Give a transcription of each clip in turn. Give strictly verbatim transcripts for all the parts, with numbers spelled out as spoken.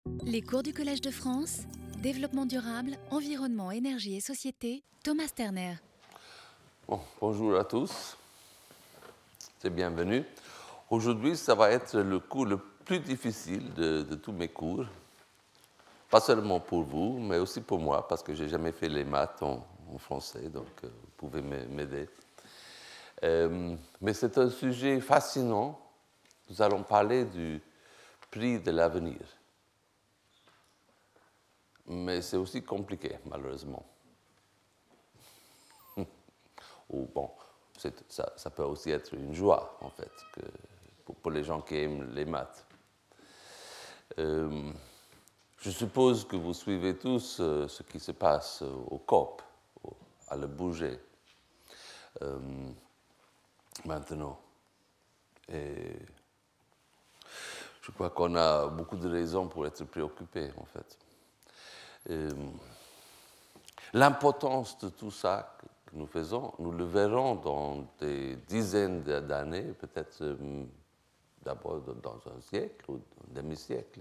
Les cours du Collège de France, Développement durable, environnement, énergie et société, Thomas Sterner. Bon, bonjour à tous, c'est bienvenue. Aujourd'hui, ça va être le cours le plus difficile de, de tous mes cours. Pas seulement pour vous, mais aussi pour moi, parce que je n'ai jamais fait les maths en, en français, donc euh, vous pouvez m'aider. Euh, mais c'est un sujet fascinant. Nous allons parler du prix de l'avenir. Mais c'est aussi compliqué, malheureusement. Ou bon, ça, ça peut aussi être une joie, en fait, que, pour, pour les gens qui aiment les maths. Euh, je suppose que vous suivez tous euh, ce qui se passe au C O P, au, à le bouger, euh, maintenant. Et je crois qu'on a beaucoup de raisons pour être préoccupés, en fait. Euh, L'importance de tout ça que nous faisons, nous le verrons dans des dizaines d'années, peut-être euh, d'abord dans un siècle ou un demi-siècle.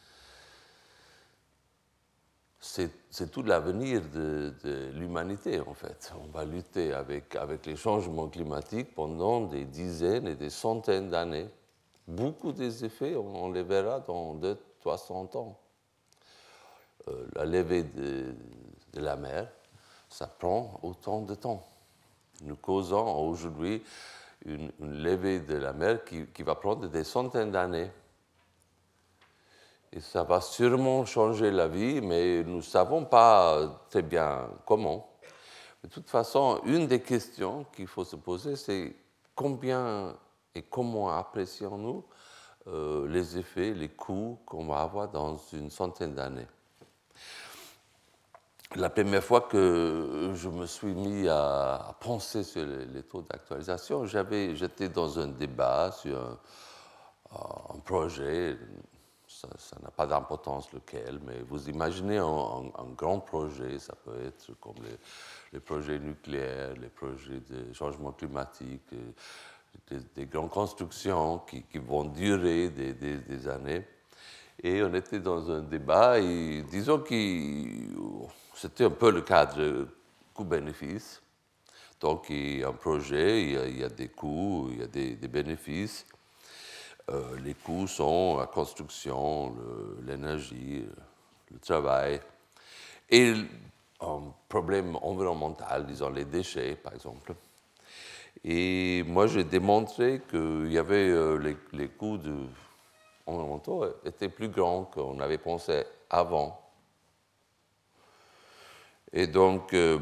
C'est, c'est tout l'avenir de, de l'humanité, en fait. On va lutter avec, avec les changements climatiques pendant des dizaines et des centaines d'années. Beaucoup des effets, on, on les verra dans deux cents, trois cents ans. Euh, la levée de, de la mer, ça prend autant de temps. Nous causons aujourd'hui une, une levée de la mer qui, qui va prendre des centaines d'années. Et ça va sûrement changer la vie, mais nous ne savons pas très bien comment. De toute façon, une des questions qu'il faut se poser, c'est combien et comment apprécions-nous euh, les effets, les coûts qu'on va avoir dans une centaine d'années. La première fois que je me suis mis à penser sur les taux d'actualisation, j'avais, j'étais dans un débat sur un, un projet. Ça n'a pas d'importance lequel, mais vous imaginez un, un, un grand projet, ça peut être comme les, les projets nucléaires, les projets de changement climatique, des, des grandes constructions qui, qui vont durer des, des, des années. Et on était dans un débat, et disons que c'était un peu le cadre coût-bénéfice. Donc, il y a un projet, il y a, il y a des coûts, il y a des, des bénéfices. Euh, les coûts sont la construction, le, l'énergie, le travail. Et un problème environnemental, disons les déchets, par exemple. Et moi, j'ai démontré qu'il y avait euh, les, les coûts de, environnementaux étaient plus grands qu'on avait pensé avant. Et donc, euh,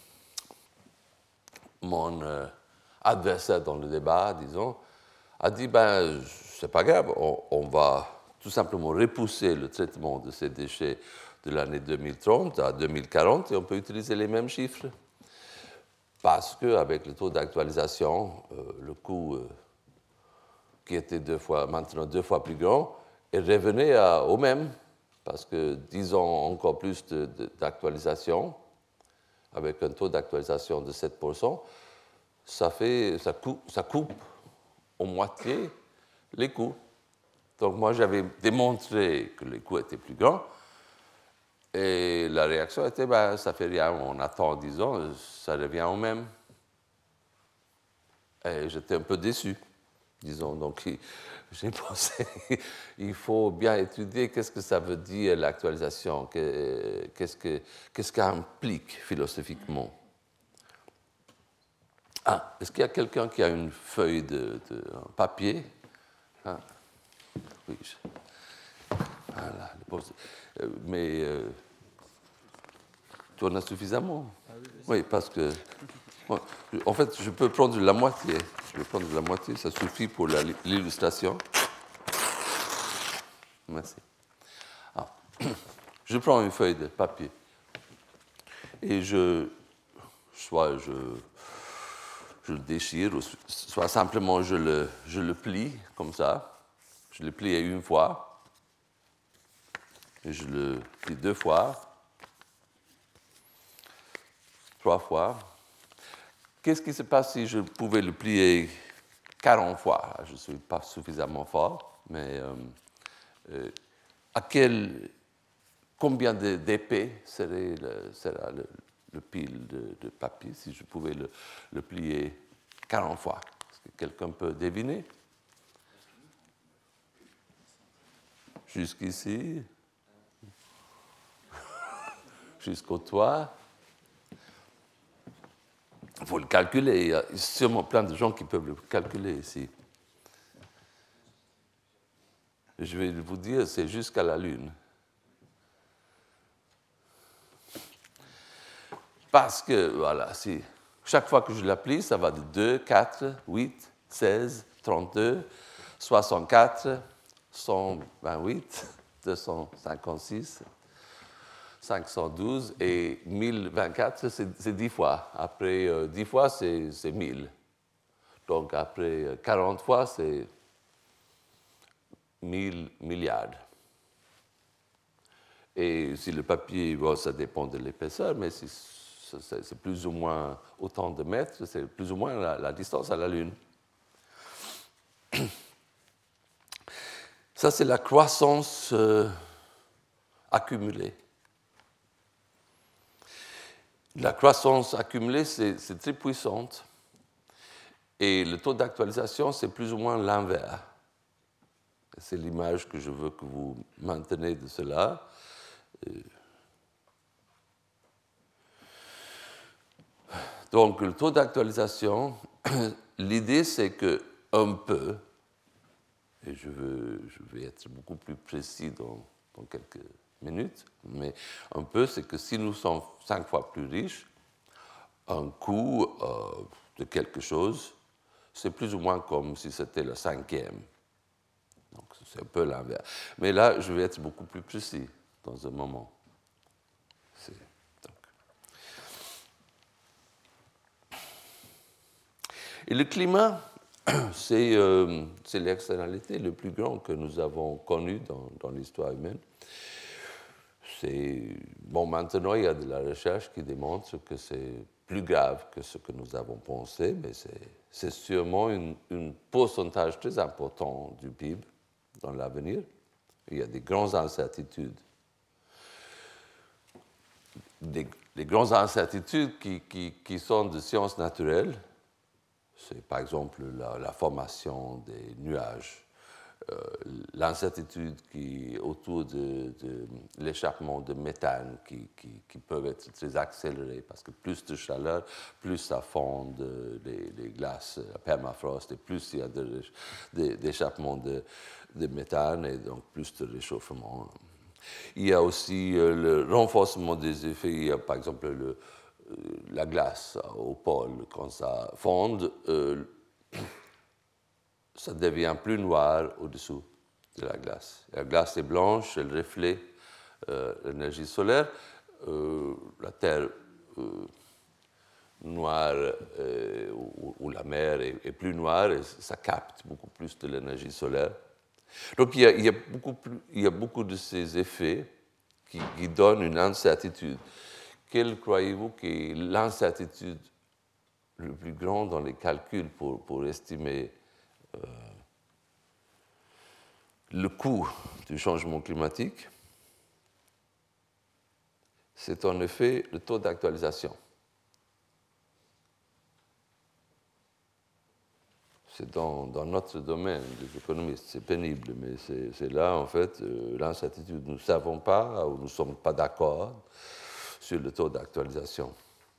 mon euh, adversaire dans le débat, disons, a dit, ben, c'est pas grave, on, on va tout simplement repousser le traitement de ces déchets de l'année deux mille trente à deux mille quarante et on peut utiliser les mêmes chiffres. Parce qu'avec le taux d'actualisation, euh, le coût euh, qui était deux fois, maintenant deux fois plus grand, est revenu à, au même. Parce que dix ans encore plus de, de, d'actualisation, avec un taux d'actualisation de sept pour cent, ça, fait, ça, coupe, ça coupe en moitié les coûts. Donc moi, j'avais démontré que les coûts étaient plus grands, et la réaction était, ben, ça fait rien, on attend dix ans, ça revient au même. Et j'étais un peu déçu, disons. Donc j'ai pensé, il faut bien étudier qu'est-ce que ça veut dire l'actualisation, qu'est-ce que, qu'est-ce qu'elle implique philosophiquement. Ah, est-ce qu'il y a quelqu'un qui a une feuille de, de un papier? Ah, oui. Je, voilà. Mais euh, tu en as suffisamment? Ah, oui, oui, parce que... En fait, je peux prendre la moitié. Je vais prendre la moitié, ça suffit pour la, l'illustration. Merci. Ah. Je prends une feuille de papier et je, soit je, je le déchire, soit simplement je le, je le plie comme ça. Je le plie une fois, et je le plie deux fois, trois fois. Qu'est-ce qui se passe si je pouvais le plier quarante fois? Je ne suis pas suffisamment fort, mais euh, euh, à quel, combien d'épais serait le, sera le, le pile de, de papier si je pouvais le, le plier quarante fois. Est-ce que quelqu'un peut deviner? Jusqu'ici, jusqu'au toit. Il faut le calculer. Il y a sûrement plein de gens qui peuvent le calculer ici. Je vais vous dire, c'est jusqu'à la Lune. Parce que, voilà, si chaque fois que je l'applique, ça va de deux, quatre, huit, seize, trente-deux, soixante-quatre, cent vingt-huit, deux cent cinquante-six, cinq cent douze et mille vingt-quatre, c'est dix fois. Après euh, dix fois, c'est mille. Donc après quarante fois, c'est mille milliards. Et si le papier, bon, ça dépend de l'épaisseur, mais si c'est plus ou moins autant de mètres, c'est plus ou moins la, la distance à la Lune. Ça, c'est la croissance euh, accumulée. La croissance accumulée, c'est très puissante. Et le taux d'actualisation, c'est plus ou moins l'inverse. C'est l'image que je veux que vous maintenez de cela. Donc, le taux d'actualisation, l'idée, c'est qu'un peu, et je, veux, je vais être beaucoup plus précis dans, dans quelques minutes, mais un peu, c'est que si nous sommes cinq fois plus riches, un coût euh, de quelque chose, c'est plus ou moins comme si c'était le cinquième. Donc, c'est un peu l'inverse. Mais là, je vais être beaucoup plus précis dans un moment. Donc. Et le climat, c'est euh, l'externalité le plus grand que nous avons connu dans, dans l'histoire humaine. Bon, maintenant, il y a de la recherche qui démontre que c'est plus grave que ce que nous avons pensé, mais c'est sûrement un pourcentage très important du P I B dans l'avenir. Il y a des grandes incertitudes. Des, des grandes incertitudes qui, qui, qui sont de sciences naturelles. C'est par exemple la, la formation des nuages, euh, l'incertitude qui autour de, de l'échappement de méthane qui, qui, qui peuvent être très accélérés parce que plus de chaleur, plus ça fond les, les glaces, la permafrost, et plus il y a d'échappement de, de, de méthane et donc plus de réchauffement. Il y a aussi euh, le renforcement des effets, il y a par exemple le, euh, la glace au pôle, quand ça fonde, euh, ça devient plus noir au-dessous de la glace. La glace est blanche, elle reflète euh, l'énergie solaire. Euh, la Terre euh, noire euh, ou, ou la mer est, est plus noire et ça capte beaucoup plus de l'énergie solaire. Donc il y, a, il, y a beaucoup plus, il y a beaucoup de ces effets qui, qui donnent une incertitude. Quelle croyez-vous que est l'incertitude le plus grande dans les calculs pour, pour estimer euh, le coût du changement climatique? C'est en effet le taux d'actualisation. C'est dans, dans notre domaine des économistes, c'est pénible, mais c'est là, en fait, euh, l'incertitude. Nous ne savons pas, ou nous ne sommes pas d'accord sur le taux d'actualisation.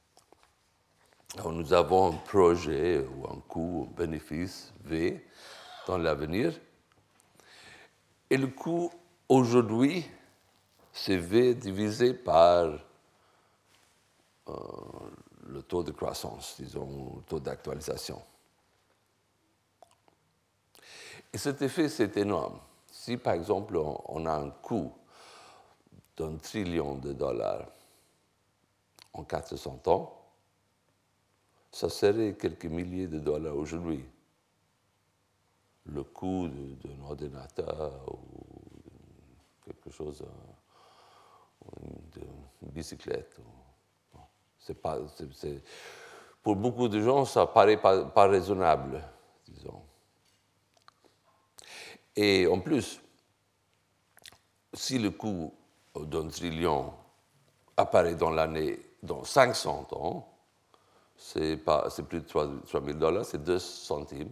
Nous avons un projet, ou un coût, un bénéfice, V, dans l'avenir. Et le coût, aujourd'hui, c'est V divisé par euh, le taux de croissance, disons, le taux d'actualisation. Et cet effet, c'est énorme. Si, par exemple, on, on a un coût d'un trillion de dollars en quatre cents ans, ça serait quelques milliers de dollars aujourd'hui. Le coût d'un ordinateur ou quelque chose, d'une bicyclette. C'est pas, c'est, c'est, pour beaucoup de gens, ça paraît pas, pas raisonnable, disons. Et en plus, si le coût d'un trillion apparaît dans l'année, dans cinq cents ans, c'est pas, c'est plus de trois mille dollars, c'est deux centimes.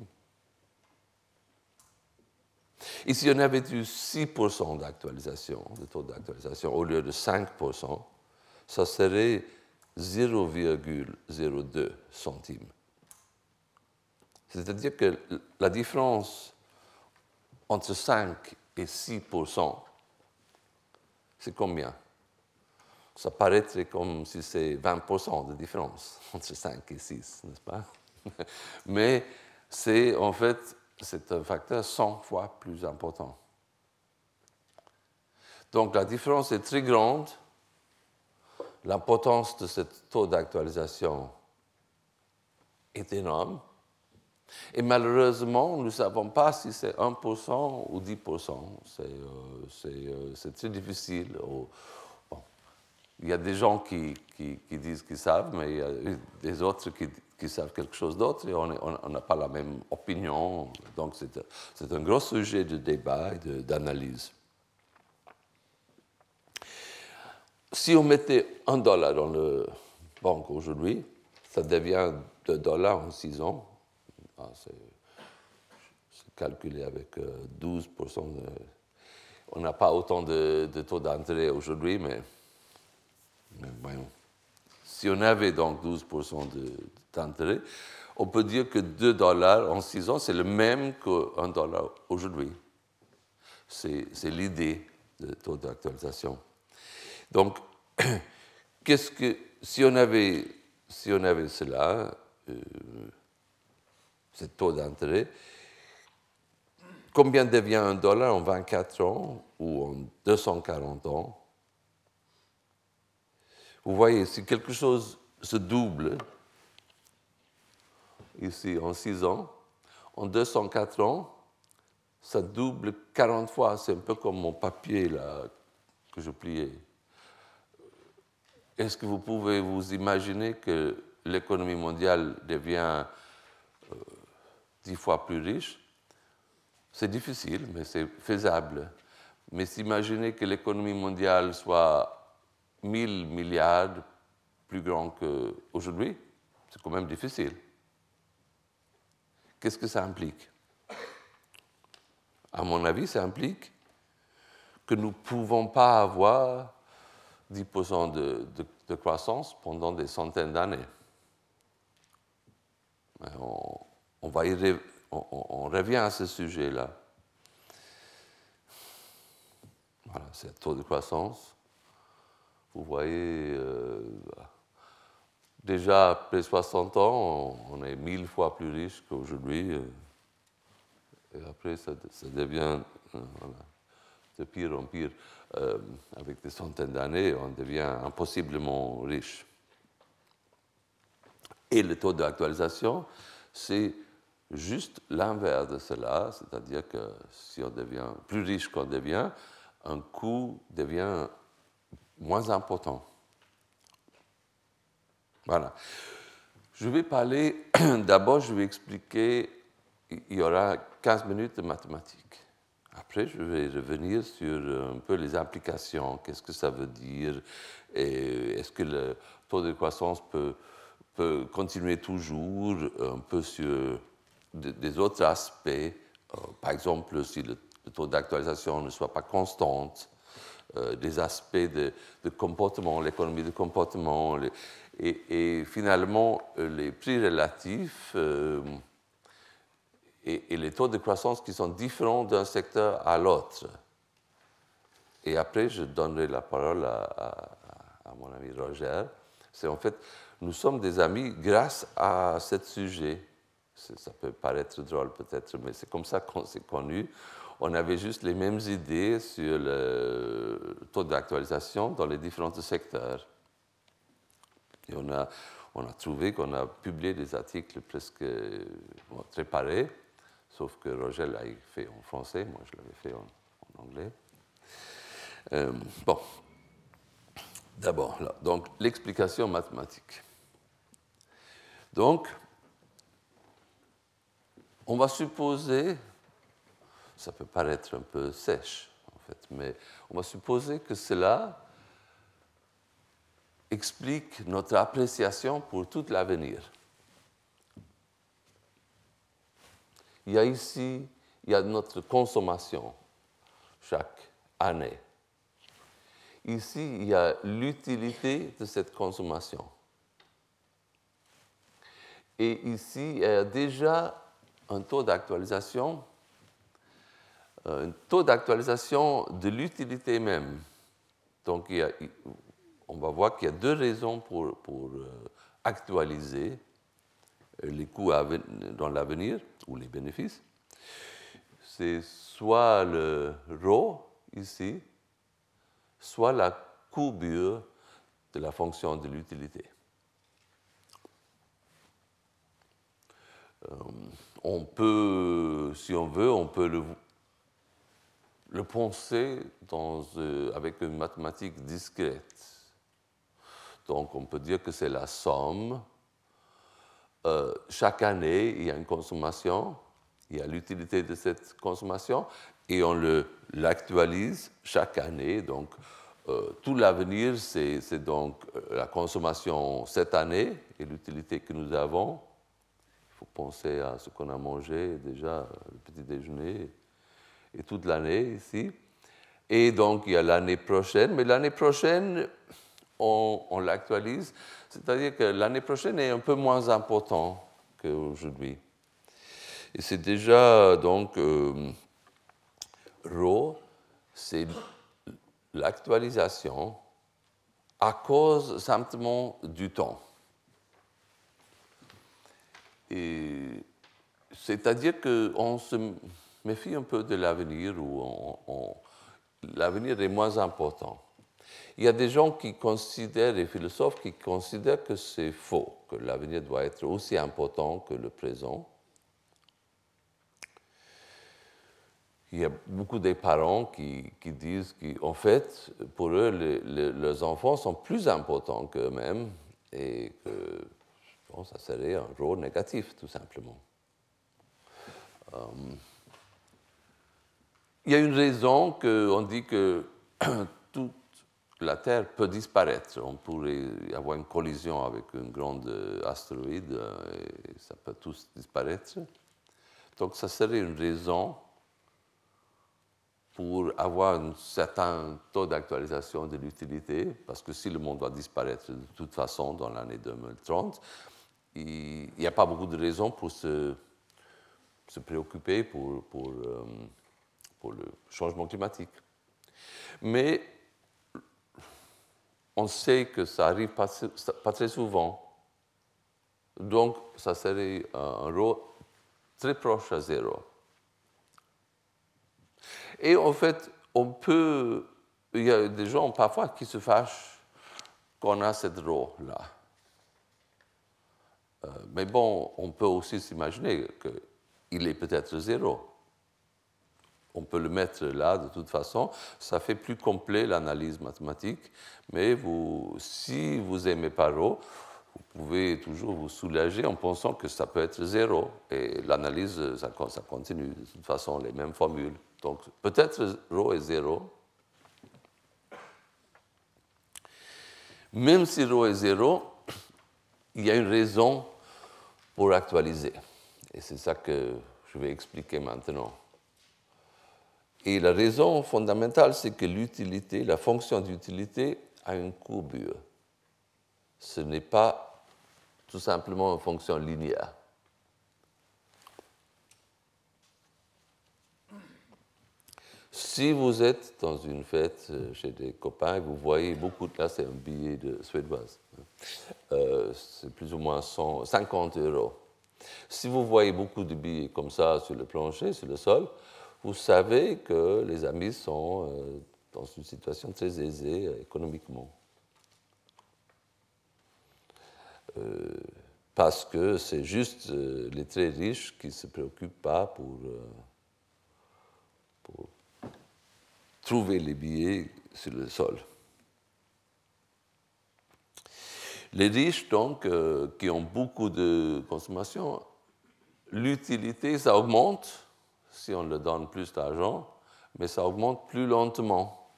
Et si on avait eu six pour cent d'actualisation, de taux d'actualisation, au lieu de cinq pour cent, ça serait zéro virgule zéro deux centimes. C'est-à-dire que la différence entre cinq et six pour cent, c'est combien? Ça paraîtrait comme si c'est vingt pour cent de différence entre cinq et six, n'est-ce pas? Mais c'est en fait, c'est un facteur cent fois plus important. Donc la différence est très grande. L'importance de ce taux d'actualisation est énorme. Et malheureusement, nous ne savons pas si c'est un pour cent ou dix pour cent. C'est, euh, c'est, euh, c'est très difficile. Bon. Il y a des gens qui, qui, qui disent qu'ils savent, mais il y a des autres qui, qui savent quelque chose d'autre et on n'a pas la même opinion. Donc c'est, c'est un gros sujet de débat et de, d'analyse. Si on mettait un dollar dans la banque aujourd'hui, ça devient deux dollars en six ans. Ah, c'est, c'est calculé avec douze pour cent. De, on n'a pas autant de, de taux d'intérêt aujourd'hui, mais, mais voyons. Si on avait donc douze pour cent de, d'intérêt, on peut dire que deux dollars en six ans, c'est le même qu'un dollar aujourd'hui. C'est, c'est l'idée de taux d'actualisation. Donc, qu'est-ce que, si on avait, si on avait cela, euh, ce taux d'intérêt, combien devient un dollar en vingt-quatre ans ou en deux cent quarante ans? Vous voyez, si quelque chose se double, ici en six ans, en deux cent quatre ans, ça double quarante fois. C'est un peu comme mon papier là, que je pliais. Est-ce que vous pouvez vous imaginer que l'économie mondiale devient euh, dix fois plus riche? C'est difficile, mais c'est faisable. Mais s'imaginer que l'économie mondiale soit mille milliards plus grand qu'aujourd'hui, c'est quand même difficile. Qu'est-ce que ça implique? À mon avis, ça implique que nous ne pouvons pas avoir dix pour cent de, de, de croissance pendant des centaines d'années. On, on, va y re, on, on revient à ce sujet-là. Voilà, c'est le taux de croissance. Vous voyez, euh, déjà après soixante ans, on est mille fois plus riche qu'aujourd'hui. Et après, ça, ça devient voilà, de pire en pire. Euh, avec des centaines d'années, on devient impossiblement riche. Et le taux d'actualisation, c'est juste l'inverse de cela, c'est-à-dire que si on devient plus riche qu'on devient, un coût devient moins important. Voilà. Je vais parler, d'abord je vais expliquer, il y aura quinze minutes de mathématiques. Après, je vais revenir sur un peu les implications, qu'est-ce que ça veut dire, et est-ce que le taux de croissance peut, peut continuer toujours, un peu sur des autres aspects, par exemple si le, le taux d'actualisation ne soit pas constant, euh, des aspects de, de comportement, l'économie de comportement, les, et, et finalement les prix relatifs, euh, et, et les taux de croissance qui sont différents d'un secteur à l'autre. Et après, je donnerai la parole à, à, à mon ami Roger. C'est en fait, nous sommes des amis grâce à ce sujet. C'est, ça peut paraître drôle peut-être, mais c'est comme ça qu'on s'est connus. On avait juste les mêmes idées sur le taux d'actualisation dans les différents secteurs. Et on a, on a trouvé qu'on a publié des articles presque bon, très pareils. Sauf que Roger l'a fait en français, moi je l'avais fait en, en anglais. Euh, bon, d'abord, là, donc l'explication mathématique. Donc, on va supposer, ça peut paraître un peu sèche, en fait. Mais on va supposer que cela explique notre appréciation pour tout l'avenir. Il y a ici, il y a notre consommation chaque année. Ici, il y a l'utilité de cette consommation. Et ici, il y a déjà un taux d'actualisation, un taux d'actualisation de l'utilité même. Donc, il y a, on va voir qu'il y a deux raisons pour, pour actualiser les coûts dans l'avenir, ou les bénéfices. C'est soit le ρ, ici, soit la courbure de la fonction de l'utilité. Euh, on peut, si on veut, on peut le, le penser dans, euh, avec une mathématique discrète. Donc, on peut dire que c'est la somme. Euh, chaque année, il y a une consommation, il y a l'utilité de cette consommation, et on le, l'actualise chaque année. Donc, euh, tout l'avenir, c'est, c'est donc la consommation cette année et l'utilité que nous avons. Il faut penser à ce qu'on a mangé déjà, le petit déjeuner, et toute l'année ici. Et donc, il y a l'année prochaine, mais l'année prochaine, on, on l'actualise, c'est-à-dire que l'année prochaine est un peu moins important qu'aujourd'hui. Et c'est déjà, donc, euh, ρ, c'est l'actualisation à cause simplement du temps. Et c'est-à-dire qu'on se méfie un peu de l'avenir, où on, on, l'avenir est moins important. Il y a des gens qui considèrent, des philosophes qui considèrent que c'est faux, que l'avenir doit être aussi important que le présent. Il y a beaucoup de parents qui, qui disent qu'en fait, pour eux, les, les, leurs enfants sont plus importants qu'eux-mêmes et que bon, ça serait un rôle négatif, tout simplement. Euh, il y a une raison qu'on dit que toute la Terre peut disparaître. On pourrait y avoir une collision avec une grande astéroïde et ça peut tous disparaître. Donc, ça serait une raison pour avoir un certain taux d'actualisation de l'utilité, parce que si le monde doit disparaître de toute façon dans l'année deux mille trente, il n'y a pas beaucoup de raisons pour se, se préoccuper pour, pour, euh, pour le changement climatique. Mais on sait que ça arrive pas, pas très souvent, donc ça serait un rôle très proche à zéro. Et en fait, on peut, il y a des gens parfois qui se fâchent qu'on a cette ρ-là. Euh, mais bon, on peut aussi s'imaginer qu'il est peut-être zéro. On peut le mettre là de toute façon. Ça fait plus complet l'analyse mathématique, mais vous, si vous n'aimez pas ρ, vous pouvez toujours vous soulager en pensant que ça peut être zéro. Et l'analyse, ça, ça continue. De toute façon, les mêmes formules. Donc, peut-être ρ est zéro. Même si ρ est zéro, il y a une raison pour actualiser. Et c'est ça que je vais expliquer maintenant. Et la raison fondamentale, c'est que l'utilité, la fonction d'utilité a une courbure. Ce n'est pas tout simplement une fonction linéaire. Si vous êtes dans une fête chez des copains, vous voyez beaucoup de... Là, c'est un billet de suédoise. Euh, c'est plus ou moins cent cinquante euros. Si vous voyez beaucoup de billets comme ça sur le plancher, sur le sol, vous savez que les amis sont euh, dans une situation très aisée euh, économiquement. Euh, parce que c'est juste euh, les très riches qui ne se préoccupent pas pour... Euh, pour trouver les billets sur le sol. Les riches, donc, euh, qui ont beaucoup de consommation, l'utilité, ça augmente si on leur donne plus d'argent, mais ça augmente plus lentement.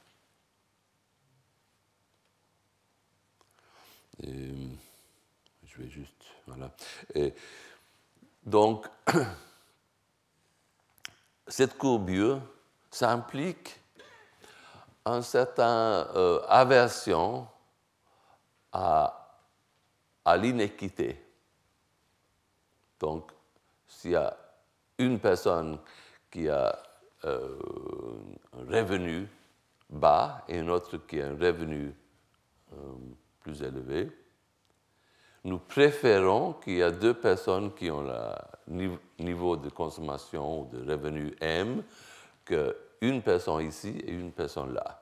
Et je vais juste... Voilà. Et donc, cette courbure, ça implique une certaine euh, aversion à, à l'inéquité. Donc, s'il y a une personne qui a euh, un revenu bas et une autre qui a un revenu euh, plus élevé, nous préférons qu'il y ait deux personnes qui ont le niveau de consommation ou de revenu M qu'une personne ici et une personne là.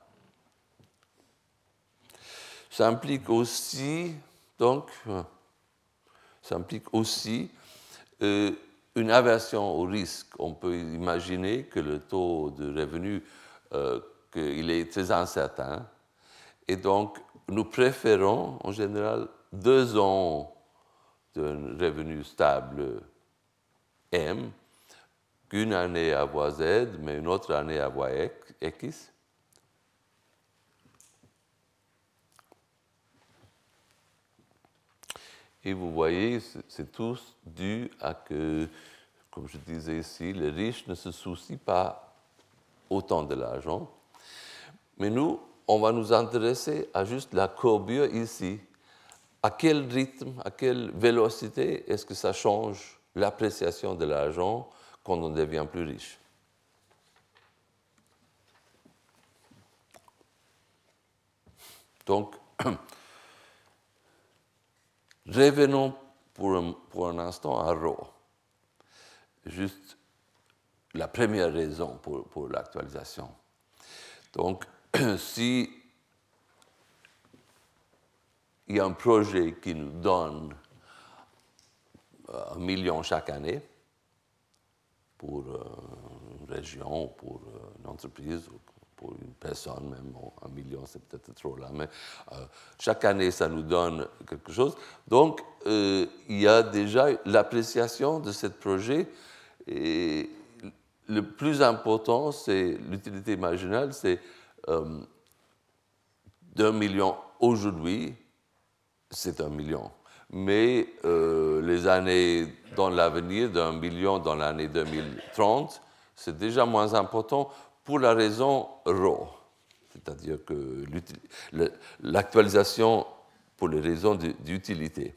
Ça implique aussi, donc, ça implique aussi euh, une aversion au risque. On peut imaginer que le taux de revenu, euh, qu'il est très incertain, et donc nous préférons en général deux ans d'un revenu stable M qu'une année à voie Z, mais une autre année à voie X. Et vous voyez, c'est tout dû à que, comme je disais ici, les riches ne se soucient pas autant de l'argent. Mais nous, on va nous intéresser à juste la courbure ici. À quel rythme, à quelle vélocité est-ce que ça change l'appréciation de l'argent quand on devient plus riche? Donc, revenons pour un, pour un instant à Rho. Juste la première raison pour, pour l'actualisation. Donc, si il y a un projet qui nous donne un million chaque année pour une région, pour une entreprise, pour une personne même, un million c'est peut-être trop là, mais euh, chaque année ça nous donne quelque chose. Donc euh, il y a déjà l'appréciation de ce projet. Et le plus important, c'est l'utilité marginale, c'est euh, d'un million aujourd'hui, c'est un million. Mais euh, les années dans l'avenir, d'un million dans l'année deux mille trente, c'est déjà moins important pour la raison Rho. C'est-à-dire que l'actualisation pour les raisons d'utilité.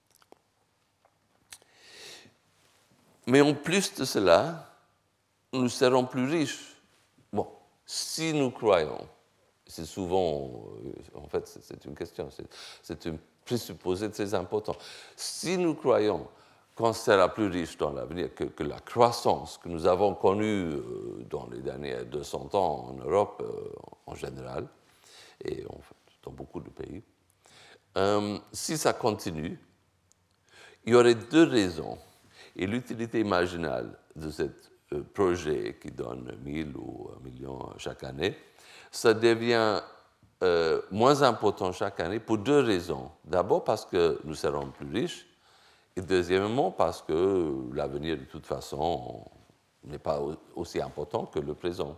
Mais en plus de cela, nous serons plus riches. Bon, si nous croyons, c'est souvent, en fait, c'est une question, c'est un présupposé très important. Si nous croyons qu'on sera plus riche dans l'avenir, que, que la croissance que nous avons connue dans les derniers deux cents ans en Europe en général, et en fait, dans beaucoup de pays, euh, si ça continue, il y aurait deux raisons. Et l'utilité marginale de ce euh, projet qui donne mille ou un million chaque année, ça devient euh, moins important chaque année pour deux raisons. D'abord parce que nous serons plus riches, et deuxièmement parce que l'avenir, de toute façon, n'est pas aussi important que le présent.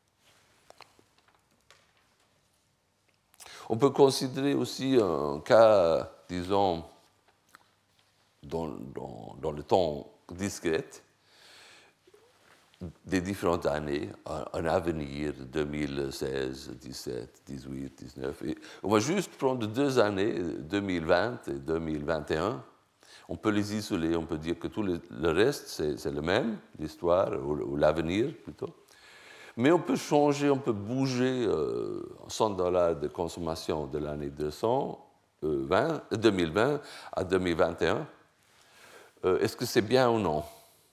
On peut considérer aussi un cas, disons, dans, dans, dans le temps discret, des différentes années, un, un avenir deux mille seize, dix-sept, dix-huit, dix-neuf. Et on va juste prendre deux années, deux mille vingt et deux mille vingt et un. On peut les isoler, on peut dire que tout le, le reste, c'est le même, l'histoire, ou, ou l'avenir plutôt. Mais on peut changer, on peut bouger euh, cent dollars de consommation de l'année deux mille vingt à deux mille vingt et un. Euh, Est-ce que c'est bien ou non?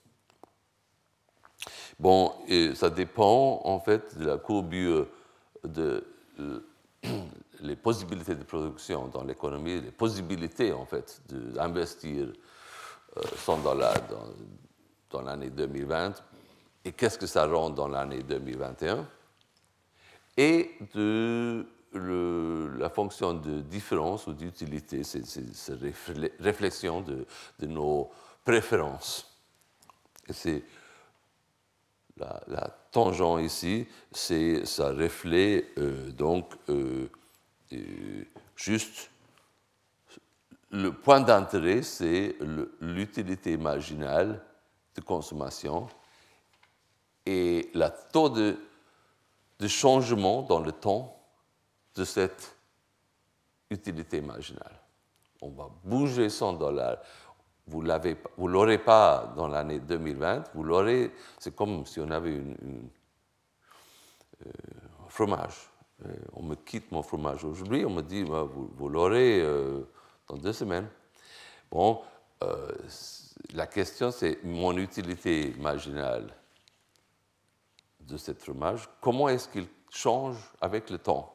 Bon, et ça dépend en fait de la courbure de euh, les possibilités de production dans l'économie, les possibilités en fait d'investir euh, cent dollars dans, dans l'année deux mille vingt et qu'est-ce que ça rend dans l'année deux mille vingt et un, et de le, la fonction de différence ou d'utilité, c'est cette réflexion de, de nos préférences. Et c'est la, la tangente ici, c'est ça reflète euh, donc euh, euh, juste le point d'entrée, c'est l'utilité marginale de consommation et le taux de, de changement dans le temps de cette utilité marginale. On va bouger cent dollars. Vous ne l'aurez pas dans l'année deux mille vingt, vous l'aurez, c'est comme si on avait une, une, euh, un fromage. On me quitte mon fromage aujourd'hui, on me dit, bah, vous, vous l'aurez euh, dans deux semaines. Bon, euh, la question c'est mon utilité marginale de ce fromage, comment est-ce qu'il change avec le temps?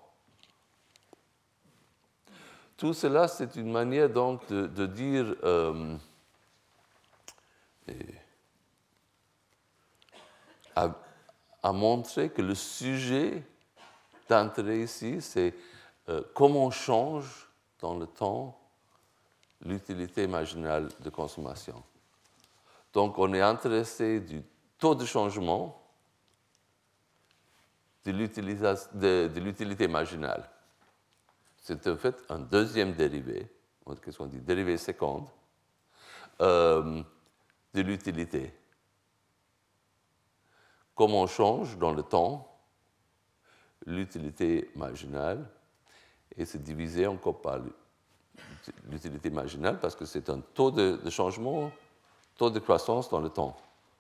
Tout cela, c'est une manière donc de, de dire, euh, à, à montrer que le sujet d'entrée ici, c'est euh, comment change dans le temps l'utilité marginale de consommation. Donc, on est intéressé du taux de changement de l'utilité marginale. C'est en fait un deuxième dérivé, qu'est-ce qu'on dit, dérivé seconde, euh, de l'utilité. Comment on change dans le temps l'utilité marginale, et c'est divisé encore par l'utilité marginale parce que c'est un taux de, de changement, taux de croissance dans le temps.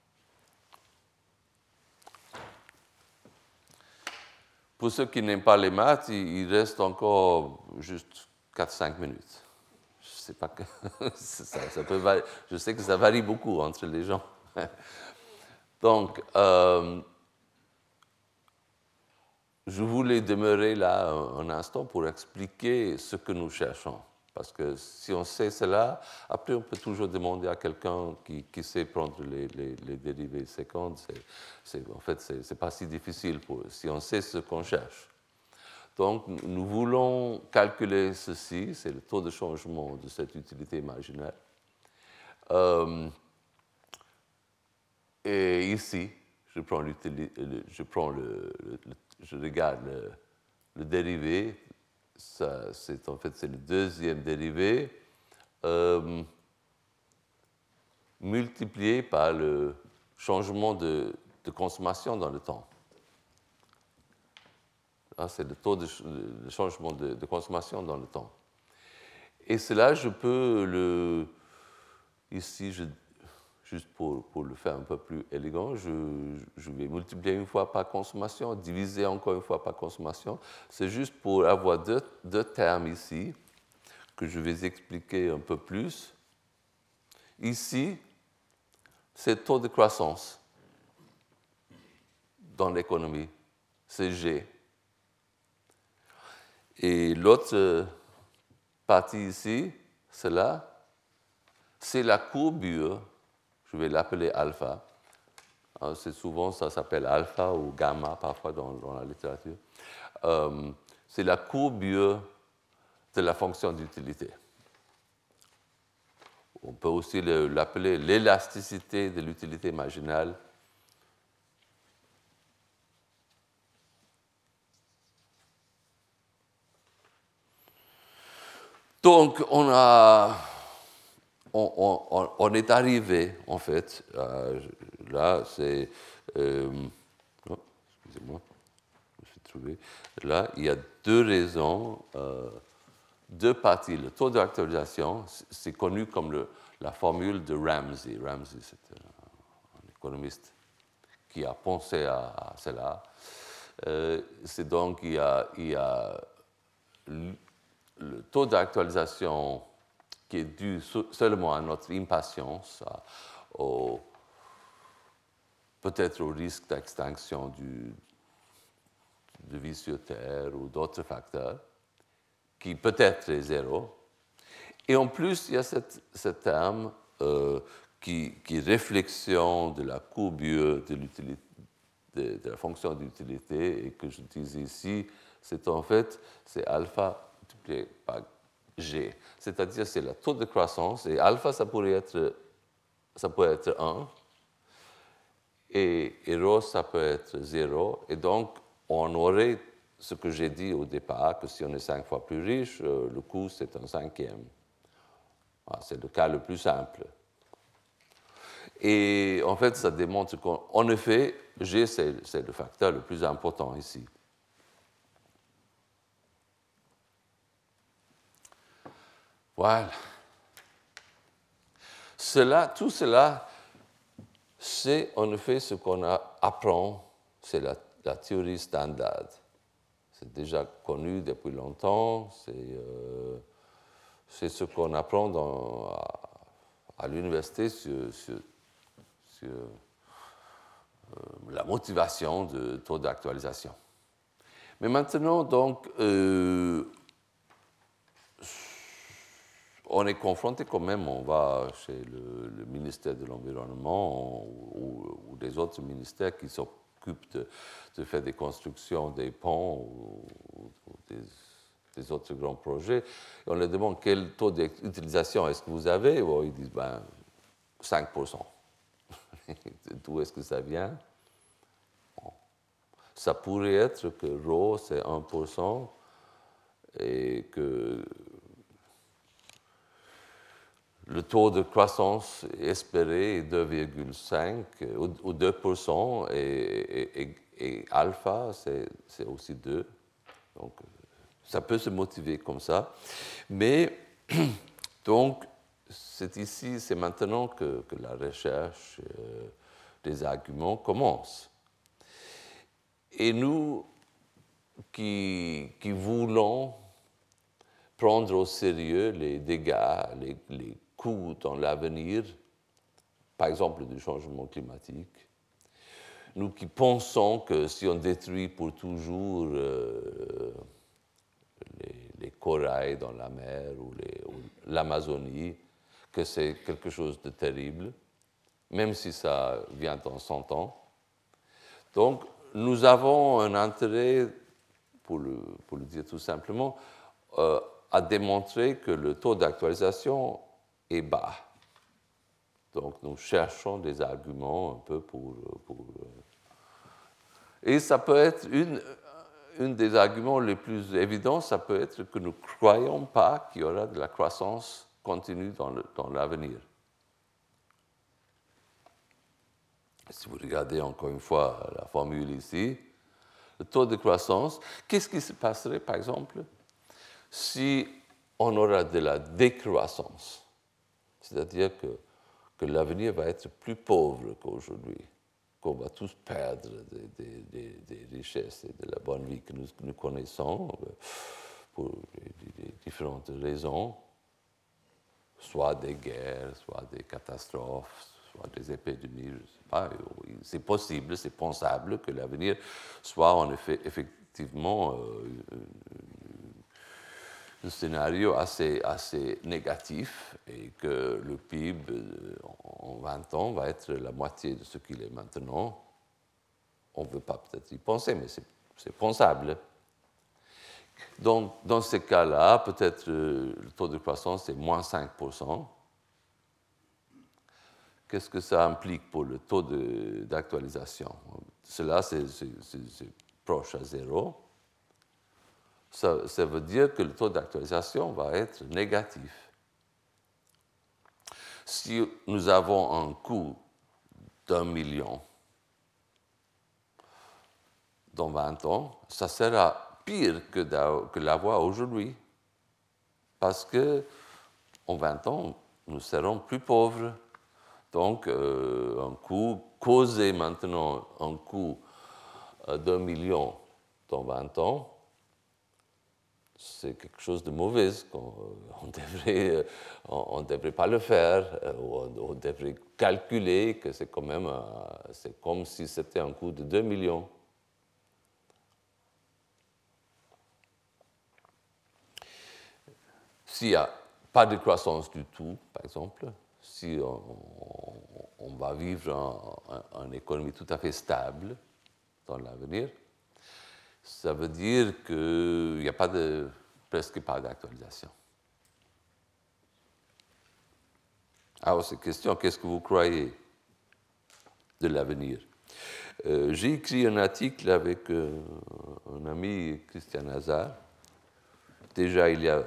Pour ceux qui n'aiment pas les maths, il reste encore juste quatre à cinq minutes. Je sais pas que ça, ça peut varier. Je sais que ça varie beaucoup entre les gens. Donc, euh, je voulais demeurer là un instant pour expliquer ce que nous cherchons. Parce que si on sait cela, après on peut toujours demander à quelqu'un qui, qui sait prendre les, les, les dérivés secondes. C'est, c'est, en fait, ce n'est pas si difficile pour, si on sait ce qu'on cherche. Donc, nous voulons calculer ceci, c'est le taux de changement de cette utilité marginale. Euh, et ici, je prends, je, prends le, le, le, je regarde le, le dérivé. Ça, c'est, en fait, c'est le deuxième dérivé euh, multiplié par le changement de, de consommation dans le temps. Là, c'est le taux de, de changement de, de consommation dans le temps. Et cela, je peux le... Ici, je, juste pour, pour le faire un peu plus élégant, je, je vais multiplier une fois par consommation, diviser encore une fois par consommation. C'est juste pour avoir deux, deux termes ici que je vais expliquer un peu plus. Ici, c'est le taux de croissance dans l'économie, c'est G. Et l'autre partie ici, c'est là, c'est la courbure, je vais l'appeler alpha. C'est souvent, ça s'appelle alpha ou gamma parfois dans, dans la littérature. Euh, c'est la courbure de la fonction d'utilité. On peut aussi l'appeler l'élasticité de l'utilité marginale. Donc, on, a, on, on, on est arrivé, en fait, euh, là, c'est... Euh, oh, excusez-moi, je me suis trouvé. Là, il y a deux raisons, euh, deux parties. Le taux d'actualisation, c'est connu comme le, la formule de Ramsey. Ramsey, c'est un, un économiste qui a pensé à, à cela. Euh, c'est donc, il y a... Il y a le taux d'actualisation qui est dû seulement à notre impatience, à, au, peut-être au risque d'extinction du, de vie sur Terre ou d'autres facteurs, qui peut-être est zéro. Et en plus, il y a cette, ce terme euh, qui, qui est réflexion de la courbure de, l'utilité, de, de la fonction d'utilité, et que je dis ici, c'est en fait, c'est alpha multiplié par G. C'est-à-dire, c'est le taux de croissance, et alpha, ça pourrait être, ça pourrait être un, et, et rho, ça peut être zéro. Et donc, on aurait ce que j'ai dit au départ, que si on est cinq fois plus riche, euh, le coût, c'est un cinquième. Voilà, c'est le cas le plus simple. Et en fait, ça démontre qu'en effet, G, c'est, c'est le facteur le plus important ici. Voilà. Cela, tout cela, c'est en effet ce qu'on a, apprend, c'est la, la théorie standard. C'est déjà connu depuis longtemps, c'est, euh, c'est ce qu'on apprend dans, à, à l'université sur, sur, sur euh, la motivation de taux d'actualisation. Mais maintenant, donc, euh, on est confronté quand même, on va chez le, le ministère de l'Environnement ou, ou des autres ministères qui s'occupent de, de faire des constructions, des ponts ou, ou des, des autres grands projets. Et on leur demande quel taux d'utilisation est-ce que vous avez. Bon, ils disent ben, cinq pour cent. D'où est-ce que ça vient? Bon. Ça pourrait être que rho, c'est un pour cent et que le taux de croissance espéré est deux virgule cinq ou deux pour cent et, et, et, et alpha, c'est, c'est aussi deux. Donc, ça peut se motiver comme ça. Mais, donc, c'est ici, c'est maintenant que, que la recherche euh, des arguments commence. Et nous qui, qui voulons prendre au sérieux les dégâts, les, les coûts dans l'avenir, par exemple du changement climatique, nous qui pensons que si on détruit pour toujours euh, les, les corails dans la mer ou, les, ou l'Amazonie, que c'est quelque chose de terrible, même si ça vient dans cent ans. Donc, nous avons un intérêt, pour le, pour le dire tout simplement, euh, à démontrer que le taux d'actualisation est bas. Donc, nous cherchons des arguments un peu pour... pour et ça peut être une, une des arguments les plus évidents, ça peut être que nous ne croyons pas qu'il y aura de la croissance continue dans, le, dans l'avenir. Si vous regardez encore une fois la formule ici, le taux de croissance, qu'est-ce qui se passerait, par exemple, si on aura de la décroissance, c'est-à-dire que, que l'avenir va être plus pauvre qu'aujourd'hui, qu'on va tous perdre des, des, des, des richesses et de la bonne vie que nous, nous connaissons pour des, des différentes raisons, soit des guerres, soit des catastrophes, soit des épidémies, je ne sais pas. C'est possible, c'est pensable que l'avenir soit en effet effectivement euh, un scénario assez, assez négatif et que le P I B en vingt ans va être la moitié de ce qu'il est maintenant. On ne veut pas peut-être y penser, mais c'est, c'est pensable. Donc, dans ces cas-là, peut-être euh, le taux de croissance est moins cinq pour cent. Qu'est-ce que ça implique pour le taux de, d'actualisation? Cela, c'est, c'est, c'est, c'est proche à zéro. Ça, ça veut dire que le taux d'actualisation va être négatif. Si nous avons un coût d'un million dans vingt ans, ça sera pire que, que l'avoir aujourd'hui. Parce qu'en vingt ans, nous serons plus pauvres. Donc, euh, un coût, causer maintenant un coût euh, d'un million dans vingt ans, c'est quelque chose de mauvais. On ne devrait, on devrait pas le faire. On, on devrait calculer que c'est quand même, c'est comme si c'était un coût de deux millions. S'il n'y a pas de croissance du tout, par exemple, si on, on, on va vivre une économie tout à fait stable dans l'avenir, ça veut dire qu'il n'y a pas de, presque pas d'actualisation. Alors, c'est question, qu'est-ce que vous croyez de l'avenir? Euh, j'ai écrit un article avec euh, un ami, Christian Hazard, déjà il y a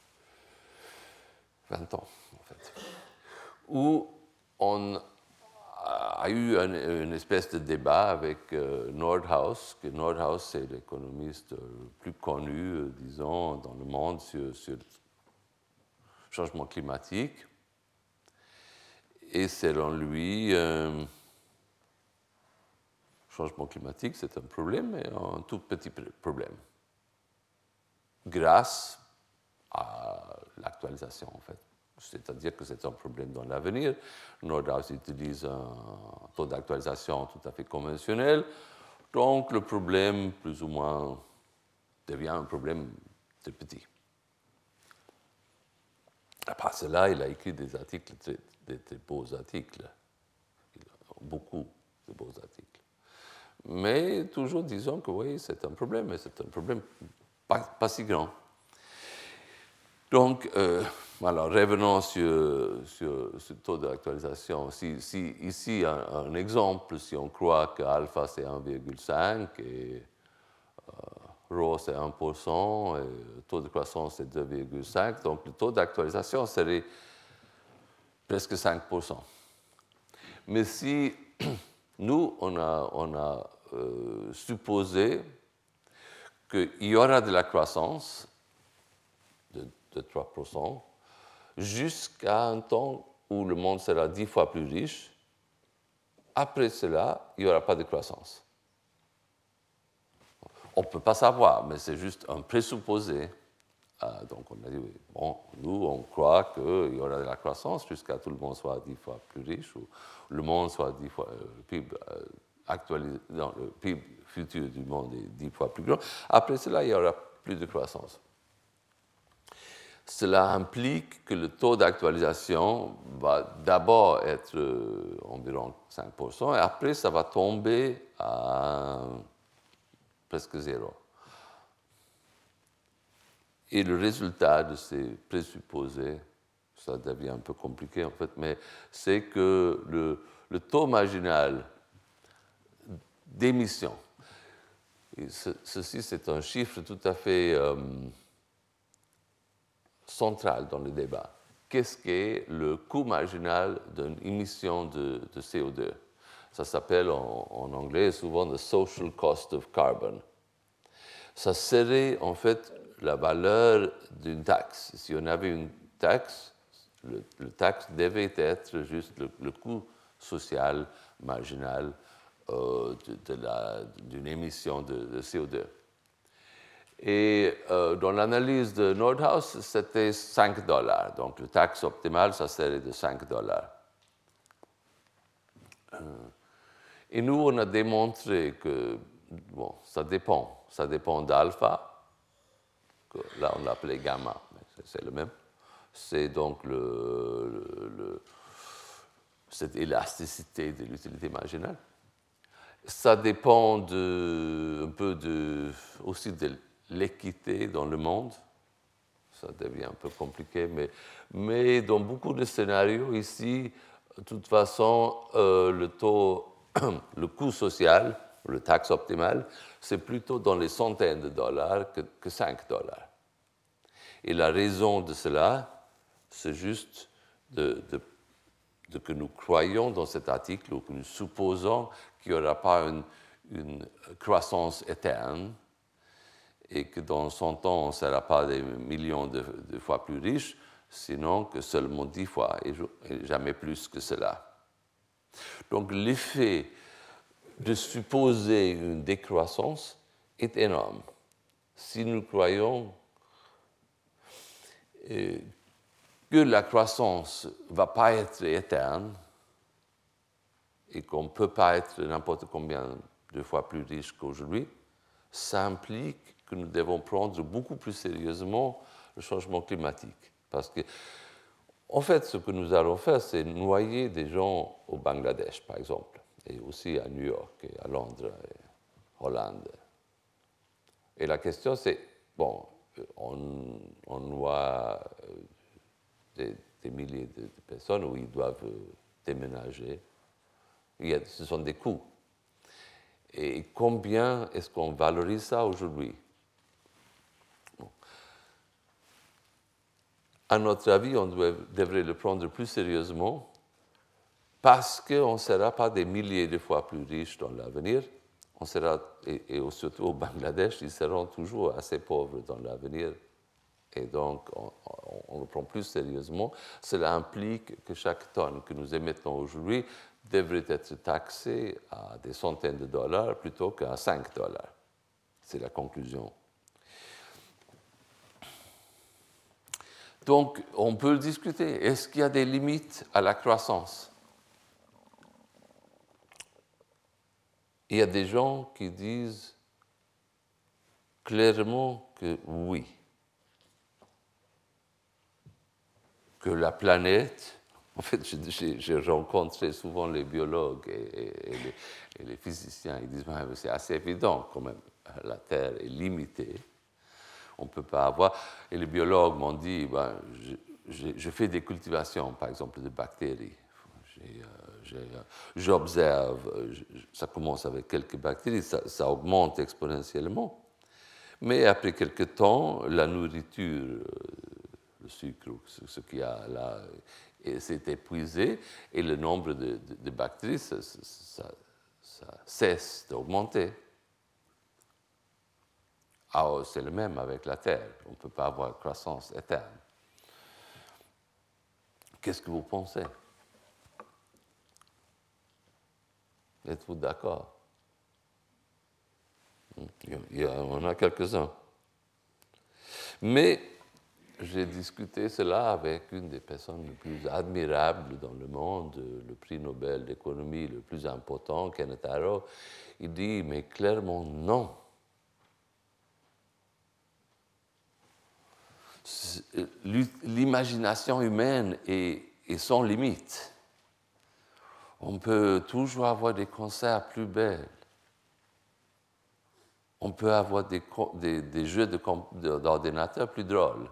vingt ans, en fait, où on a eu un, une espèce de débat avec euh, Nordhaus, que Nordhaus, c'est l'économiste le plus connu, euh, disons, dans le monde sur, sur le changement climatique. Et selon lui, euh, changement climatique, c'est un problème, mais un tout petit problème, grâce à l'actualisation, en fait. C'est-à-dire que c'est un problème dans l'avenir. Nordhaus utilise un taux d'actualisation tout à fait conventionnel, donc le problème, plus ou moins, devient un problème très petit. Après cela, il a écrit des articles, très, des très beaux articles, beaucoup de beaux articles. Mais toujours disons que oui, c'est un problème, mais c'est un problème pas, pas si grand. Donc, euh, alors, revenons sur, sur, sur le taux d'actualisation. Si, si, ici, un, un exemple, si on croit que alpha c'est un virgule cinq et euh, rho c'est un pour cent et le taux de croissance c'est deux virgule cinq, donc le taux d'actualisation serait presque cinq pour cent. Mais si nous, on a, on a euh, supposé qu'il y aura de la croissance de, de trois pour cent jusqu'à un temps où le monde sera dix fois plus riche. Après cela, il n'y aura pas de croissance. On ne peut pas savoir, mais c'est juste un présupposé. Ah, donc on a dit, oui, bon, nous, on croit qu'il y aura de la croissance jusqu'à ce que tout le monde soit dix fois plus riche, ou le monde soit dix fois, euh, le P I B euh, actualisé, non, le P I B futur du monde est dix fois plus grand. Après cela, il n'y aura plus de croissance. Cela implique que le taux d'actualisation va d'abord être euh, environ cinq pour cent et après, ça va tomber à presque zéro. Et le résultat de ces présupposés, ça devient un peu compliqué en fait, mais c'est que le, le taux marginal d'émission, ce, ceci c'est un chiffre tout à fait euh, central dans le débat. Qu'est-ce qu'est le coût marginal d'une émission de, de C O deux? Ça s'appelle en, en anglais souvent the social cost of carbon. Ça serait en fait la valeur d'une taxe. Si on avait une taxe, le, le taxe devait être juste le, le coût social marginal euh, de, de la, d'une émission de, de C O deux. Et euh, dans l'analyse de Nordhaus, c'était cinq dollars. Donc le taxe optimale, ça serait de cinq dollars. Euh, et nous, on a démontré que, bon, ça dépend. Ça dépend d'alpha, que là on l'appelait gamma, mais c'est le même. C'est donc le, le, le, cette élasticité de l'utilité marginale. Ça dépend de, un peu de, aussi de l'équité dans le monde. Ça devient un peu compliqué, mais, mais dans beaucoup de scénarios ici, de toute façon, euh, le taux, le coût social, le taxe optimale, c'est plutôt dans les centaines de dollars que, que cinq dollars. Et la raison de cela, c'est juste de, de, de que nous croyons dans cet article, ou que nous supposons qu'il n'y aura pas une, une croissance éterne, et que dans cent ans, on ne sera pas des millions de, de fois plus riches, sinon que seulement dix fois, et jamais plus que cela. Donc l'effet de supposer une décroissance est énorme. Si nous croyons euh, que la croissance ne va pas être éterne, et qu'on ne peut pas être n'importe combien de fois plus riche qu'aujourd'hui, ça implique que nous devons prendre beaucoup plus sérieusement le changement climatique. Parce que, en fait, ce que nous allons faire, c'est noyer des gens au Bangladesh, par exemple, et aussi à New York, et à Londres, et Hollande. Et la question, c'est, bon, on, on noie des, des milliers de, de personnes où ils doivent déménager. Il y a, ce sont des coûts. Et combien est-ce qu'on valorise ça aujourd'hui? Bon. À notre avis, on doit, devrait le prendre plus sérieusement parce qu'on ne sera pas des milliers de fois plus riches dans l'avenir. On sera, et, et surtout au Bangladesh, ils seront toujours assez pauvres dans l'avenir. Et donc, on, on, on le prend plus sérieusement. Cela implique que chaque tonne que nous émettons aujourd'hui devrait être taxée à des centaines de dollars plutôt qu'à cinq dollars. C'est la conclusion. Donc, on peut le discuter. Est-ce qu'il y a des limites à la croissance? Il y a des gens qui disent clairement que oui, que la planète, en fait, j'ai rencontré souvent les biologues et, et, et, les, et les physiciens, ils disent ben, c'est assez évident quand même, la Terre est limitée, on ne peut pas avoir. Et les biologues m'ont dit ben, je, je, je fais des cultivations, par exemple, de bactéries. J'observe, ça commence avec quelques bactéries, ça, ça augmente exponentiellement. Mais après quelque temps, la nourriture, le sucre, ce qu'il y a là, s'est épuisé et le nombre de, de, de bactéries ça, ça, ça cesse d'augmenter. Alors, c'est le même avec la Terre. On ne peut pas avoir croissance éterne. Qu'est-ce que vous pensez? Êtes-vous d'accord? Il y en a quelques-uns. Mais j'ai discuté cela avec une des personnes les plus admirables dans le monde, le prix Nobel d'économie le plus important, Kenneth Arrow. Il dit, mais clairement non. L'imagination humaine est, est sans limite. On peut toujours avoir des concerts plus belles. On peut avoir des, des, des jeux d'ordinateur plus drôles.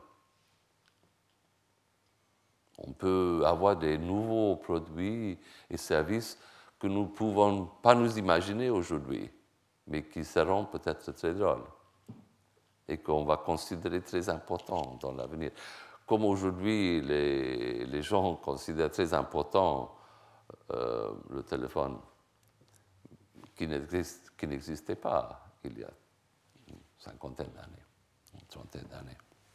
On peut avoir des nouveaux produits et services que nous ne pouvons pas nous imaginer aujourd'hui, mais qui seront peut-être très drôles et qu'on va considérer très importants dans l'avenir. Comme aujourd'hui, les, les gens considèrent très important euh, le téléphone qui n'existe, qui n'existait pas il y a une cinquantaine d'années, une trentaine d'années.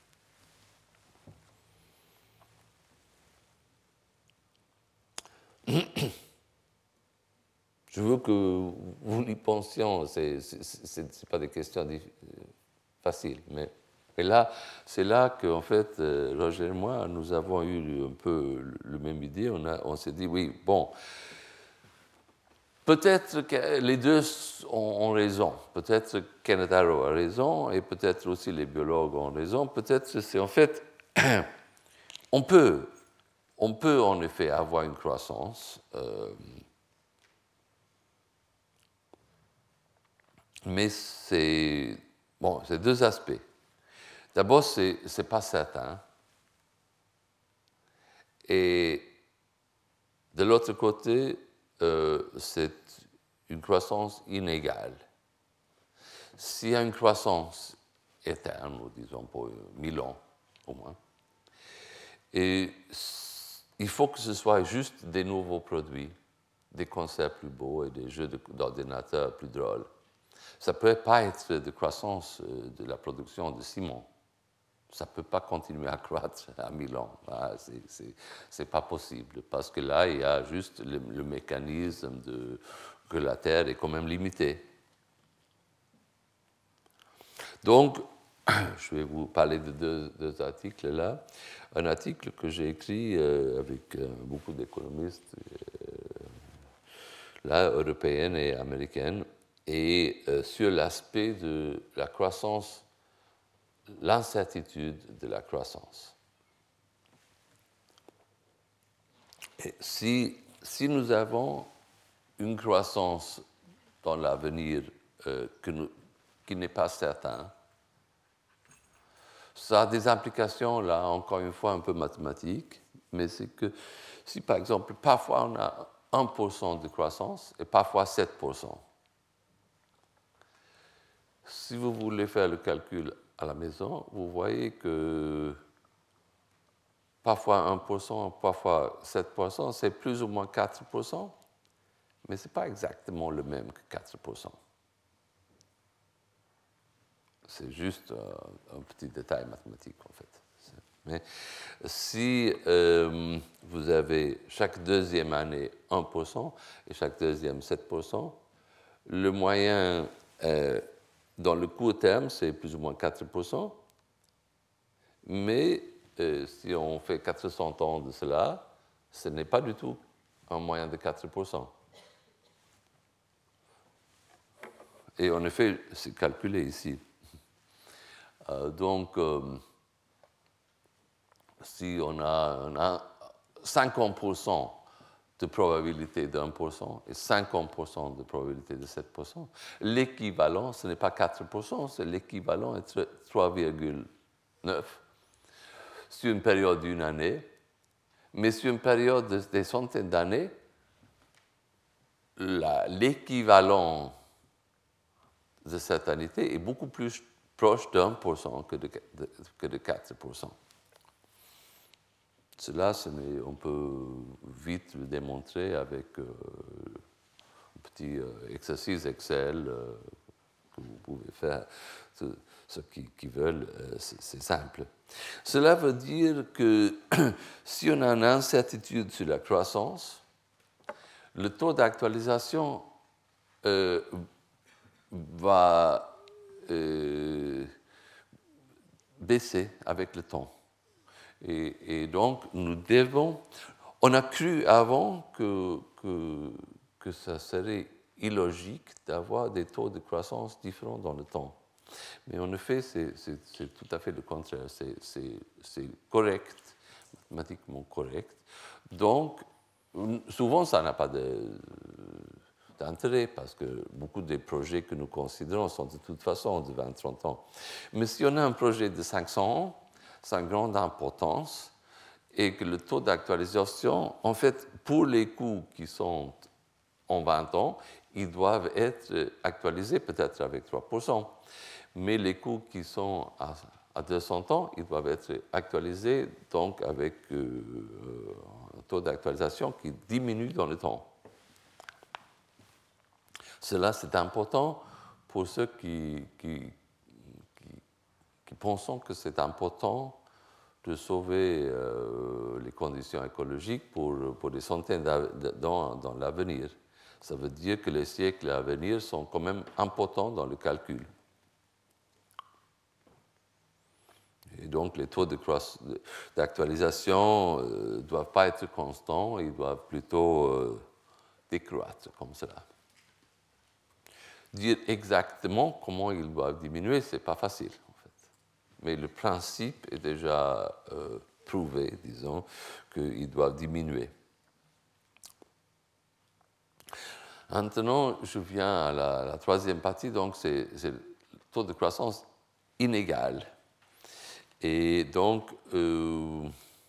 Je veux que vous y pensiez, ce n'est pas des questions faciles, mais et là, c'est là qu'en fait, Roger et moi, nous avons eu un peu le même idée. On, a, on s'est dit, oui, bon, peut-être que les deux ont, ont raison. Peut-être Kenneth Arrow a raison, et peut-être aussi les biologues ont raison. Peut-être c'est en fait, on peut, on peut en effet avoir une croissance, euh, mais c'est bon, c'est deux aspects. D'abord, ce n'est pas certain. Et de l'autre côté, euh, c'est une croissance inégale. S'il y a une croissance éterne, disons pour mille ans au moins, et il faut que ce soit juste des nouveaux produits, des concerts plus beaux et des jeux d'ordinateur plus drôles. Ça ne peut pas être de croissance de la production de ciment. Ça ne peut pas continuer à croître à mille ans. Ah, ce n'est pas possible, parce que là, il y a juste le, le mécanisme de, que la Terre est quand même limitée. Donc, je vais vous parler de deux, deux articles là. Un article que j'ai écrit euh, avec euh, beaucoup d'économistes, euh, là, européennes et américaines, et euh, sur l'aspect de la croissance, l'incertitude de la croissance. Et si, si nous avons une croissance dans l'avenir euh, qui n'est pas certaine, ça a des implications, là, encore une fois, un peu mathématiques, mais c'est que si, par exemple, parfois on a un pour cent de croissance et parfois sept pour cent, Si vous voulez faire le calcul à la maison, vous voyez que parfois un pour cent, parfois sept pour cent, c'est plus ou moins quatre pour cent, mais ce n'est pas exactement le même que quatre pour cent. C'est juste un, un petit détail mathématique, en fait. Mais si euh, vous avez chaque deuxième année un pour cent et chaque deuxième sept pour cent, le moyen euh, dans le court terme, c'est plus ou moins quatre pour cent. Mais euh, si on fait quatre cents ans de cela, ce n'est pas du tout un moyen de quatre pour cent. Et en effet, c'est calculé ici. Euh, donc, euh, si on a, on a cinquante pour cent de probabilité de un pour cent et cinquante pour cent de probabilité de sept pour cent, l'équivalent, ce n'est pas quatre pour cent, c'est l'équivalent est trois virgule neuf sur une période d'une année, mais sur une période de des centaines d'années, l'équivalent de cette année est beaucoup plus proche d'un pour cent que de, de, que de quatre pour cent. Cela, on peut vite le démontrer avec euh, un petit euh, exercice Excel euh, que vous pouvez faire. Ce, ceux qui, qui veulent, euh, c'est simple. Cela veut dire que si on a une incertitude sur la croissance, le taux d'actualisation euh, va euh, baisser avec le temps. Et, et donc, nous devons... On a cru avant que, que, que ça serait illogique d'avoir des taux de croissance différents dans le temps. Mais en effet, c'est tout à fait le contraire. C'est correct, mathématiquement correct. Donc, souvent, ça n'a pas d'intérêt parce que beaucoup des projets que nous considérons sont de toute façon de vingt à trente ans. Mais si on a un projet de cinq cents ans, c'est une grande importance et que le taux d'actualisation, en fait, pour les coûts qui sont en vingt ans, ils doivent être actualisés peut-être avec trois pour cent. Mais les coûts qui sont à, à deux cents ans, ils doivent être actualisés donc avec euh, un taux d'actualisation qui diminue dans le temps. Cela, c'est important pour ceux qui, qui, qui, qui pensent que c'est important de sauver euh, les conditions écologiques pour, pour des centaines d'années dans l'avenir. Ça veut dire que les siècles à venir sont quand même importants dans le calcul. Et donc, les taux d'actualisation ne euh, doivent pas être constants, ils doivent plutôt euh, décroître comme cela. Dire exactement comment ils doivent diminuer, ce n'est pas facile, en fait. Mais le principe est déjà euh, prouvé, disons, qu'ils doivent diminuer. Maintenant, je viens à la, la troisième partie, donc c'est le taux de croissance inégal. Et donc, euh,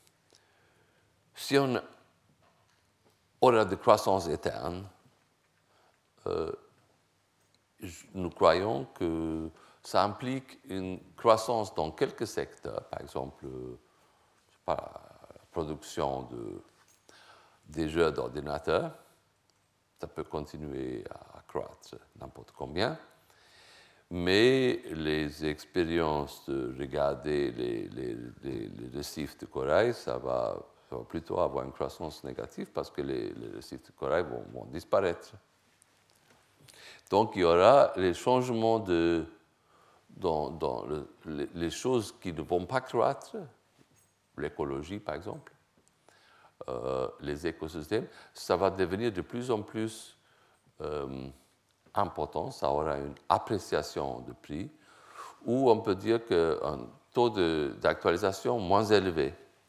si on aura de croissance éterne, euh, nous croyons que ça implique une croissance dans quelques secteurs, par exemple, je sais pas, la production de, des jeux d'ordinateur, ça peut continuer à croître n'importe combien. Mais les expériences de regarder les, les, les, les récifs de corail, ça va, ça va plutôt avoir une croissance négative parce que les, les récifs de corail vont, vont disparaître. Donc il y aura les changements de, dans, dans le, les, les choses qui ne vont pas croître, l'écologie par exemple, euh, les écosystèmes, ça va devenir de plus en plus euh, important, ça aura une appréciation de prix, ou on peut dire qu'un taux d'actualisation moins élevé.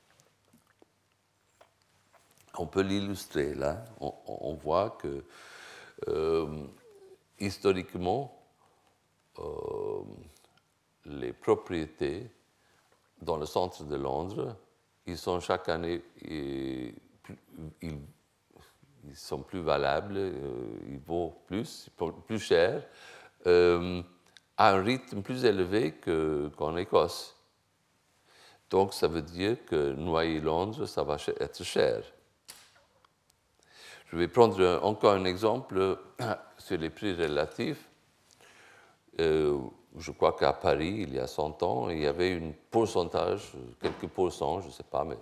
On peut l'illustrer là, on, on voit que euh, historiquement, euh, les propriétés dans le centre de Londres, ils sont chaque année, ils, ils, ils sont plus valables, euh, ils vaut plus, plus cher, euh, a un rythme plus élevé que, qu'en Écosse. Donc, ça veut dire que Noyer-Londres, ça va être cher. Je vais prendre encore un exemple sur les prix relatifs. Euh, je crois qu'à Paris, il y a cent ans, il y avait un pourcentage, quelques pourcents, je ne sais pas, mais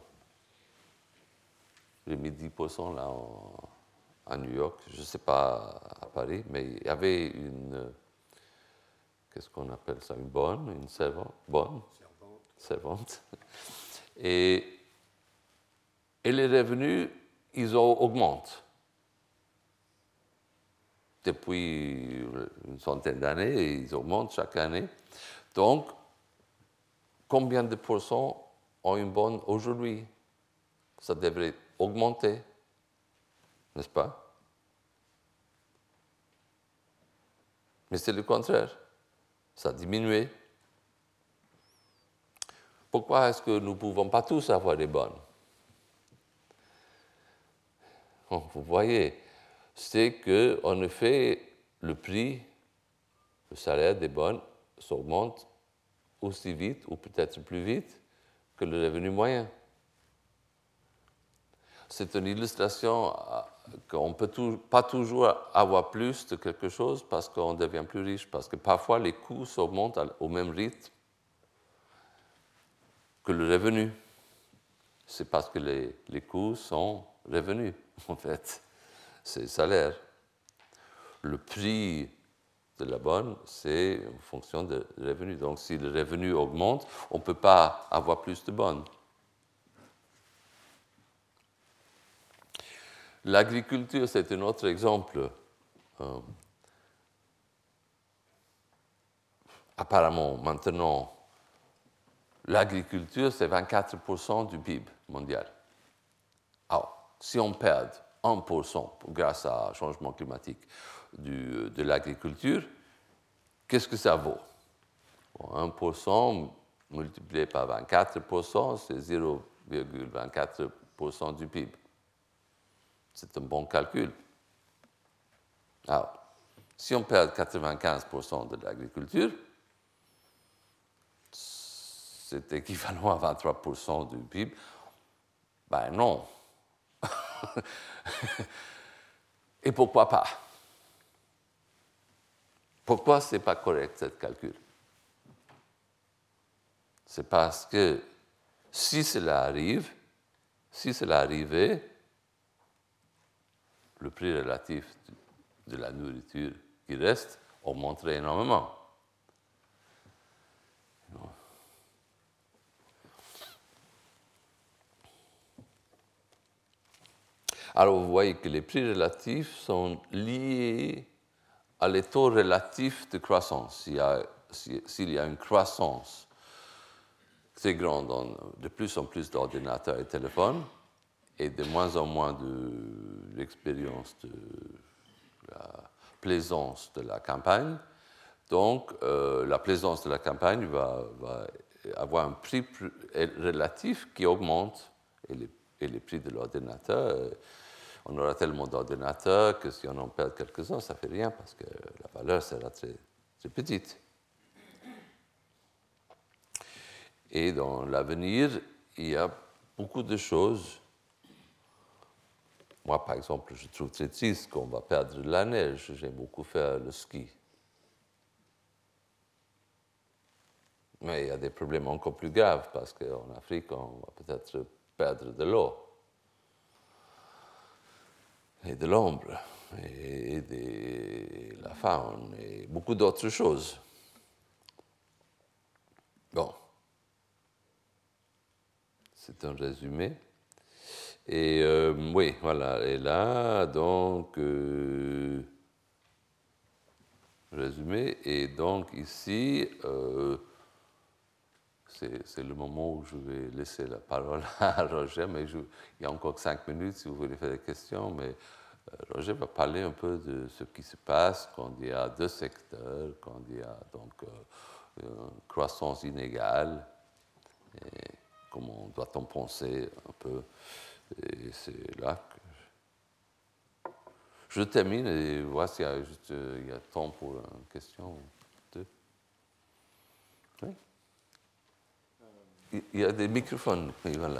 j'ai mis dix pour cent là en, à New York, je ne sais pas à Paris, mais il y avait une, qu'est-ce qu'on appelle ça, une bonne, une servante, bonne, servante. Et, et les revenus, ils ont augmenté. Depuis une centaine d'années, ils augmentent chaque année. Donc, combien de pourcents ont une bonne aujourd'hui? Ça devrait augmenter, n'est-ce pas? Mais c'est le contraire. Ça a diminué. Pourquoi est-ce que nous ne pouvons pas tous avoir des bonnes? Bon, vous voyez, c'est qu'en effet, le prix, le salaire des bonnes s'augmente aussi vite, ou peut-être plus vite, que le revenu moyen. C'est une illustration qu'on ne peut tout, pas toujours avoir plus de quelque chose parce qu'on devient plus riche, parce que parfois les coûts s'augmentent au même rythme que le revenu. C'est parce que les, les coûts sont revenus, en fait. C'est salaire. Le prix de la bonne, c'est en fonction de revenu. Donc, si le revenu augmente, on ne peut pas avoir plus de bonnes. L'agriculture, c'est un autre exemple. Euh, apparemment, maintenant, l'agriculture, c'est vingt-quatre pour cent du P I B mondial. Alors, si on perd un pour cent grâce au changement climatique du, de l'agriculture, qu'est-ce que ça vaut? Bon, un pour cent multiplié par vingt-quatre pour cent, c'est zéro virgule vingt-quatre pour cent du P I B. C'est un bon calcul. Alors, si on perd quatre-vingt-quinze pour cent de l'agriculture, c'est équivalent à vingt-trois pour cent du P I B. Ben non. Et pourquoi pas? Pourquoi ce n'est pas correct, ce calcul? C'est parce que si cela arrive, si cela arrivait, le prix relatif de la nourriture qui reste augmenterait énormément. Alors vous voyez que les prix relatifs sont liés à les taux relatifs de croissance. S'il y a, s'il y a une croissance très grande, en, de plus en plus d'ordinateurs et téléphones, et de moins en moins de l'expérience de la plaisance de la campagne, donc euh, la plaisance de la campagne va, va avoir un prix relatif qui augmente, et les, et les prix de l'ordinateur, euh, on aura tellement d'ordinateurs que si on en perd quelques-uns, ça ne fait rien parce que la valeur sera très, très petite. Et dans l'avenir, il y a beaucoup de choses. Moi, par exemple, je trouve très triste qu'on va perdre de la neige. J'aime beaucoup faire le ski. Mais il y a des problèmes encore plus graves parce qu'en Afrique, on va peut-être perdre de l'eau et de l'ombre et de la faune et beaucoup d'autres choses. Bon, c'est un résumé. Et euh, oui, voilà, et là, donc, euh, résumé, et donc ici, euh, c'est le moment où je vais laisser la parole à Roger, mais je, il y a encore cinq minutes si vous voulez faire des questions, mais euh, Roger va parler un peu de ce qui se passe quand il y a deux secteurs, quand il y a donc euh, une croissance inégale, et comment doit-on penser un peu. Et c'est là que je termine et voir s'il y a, juste, il y a temps pour une question ou deux. il y a des microphones, oui, voilà.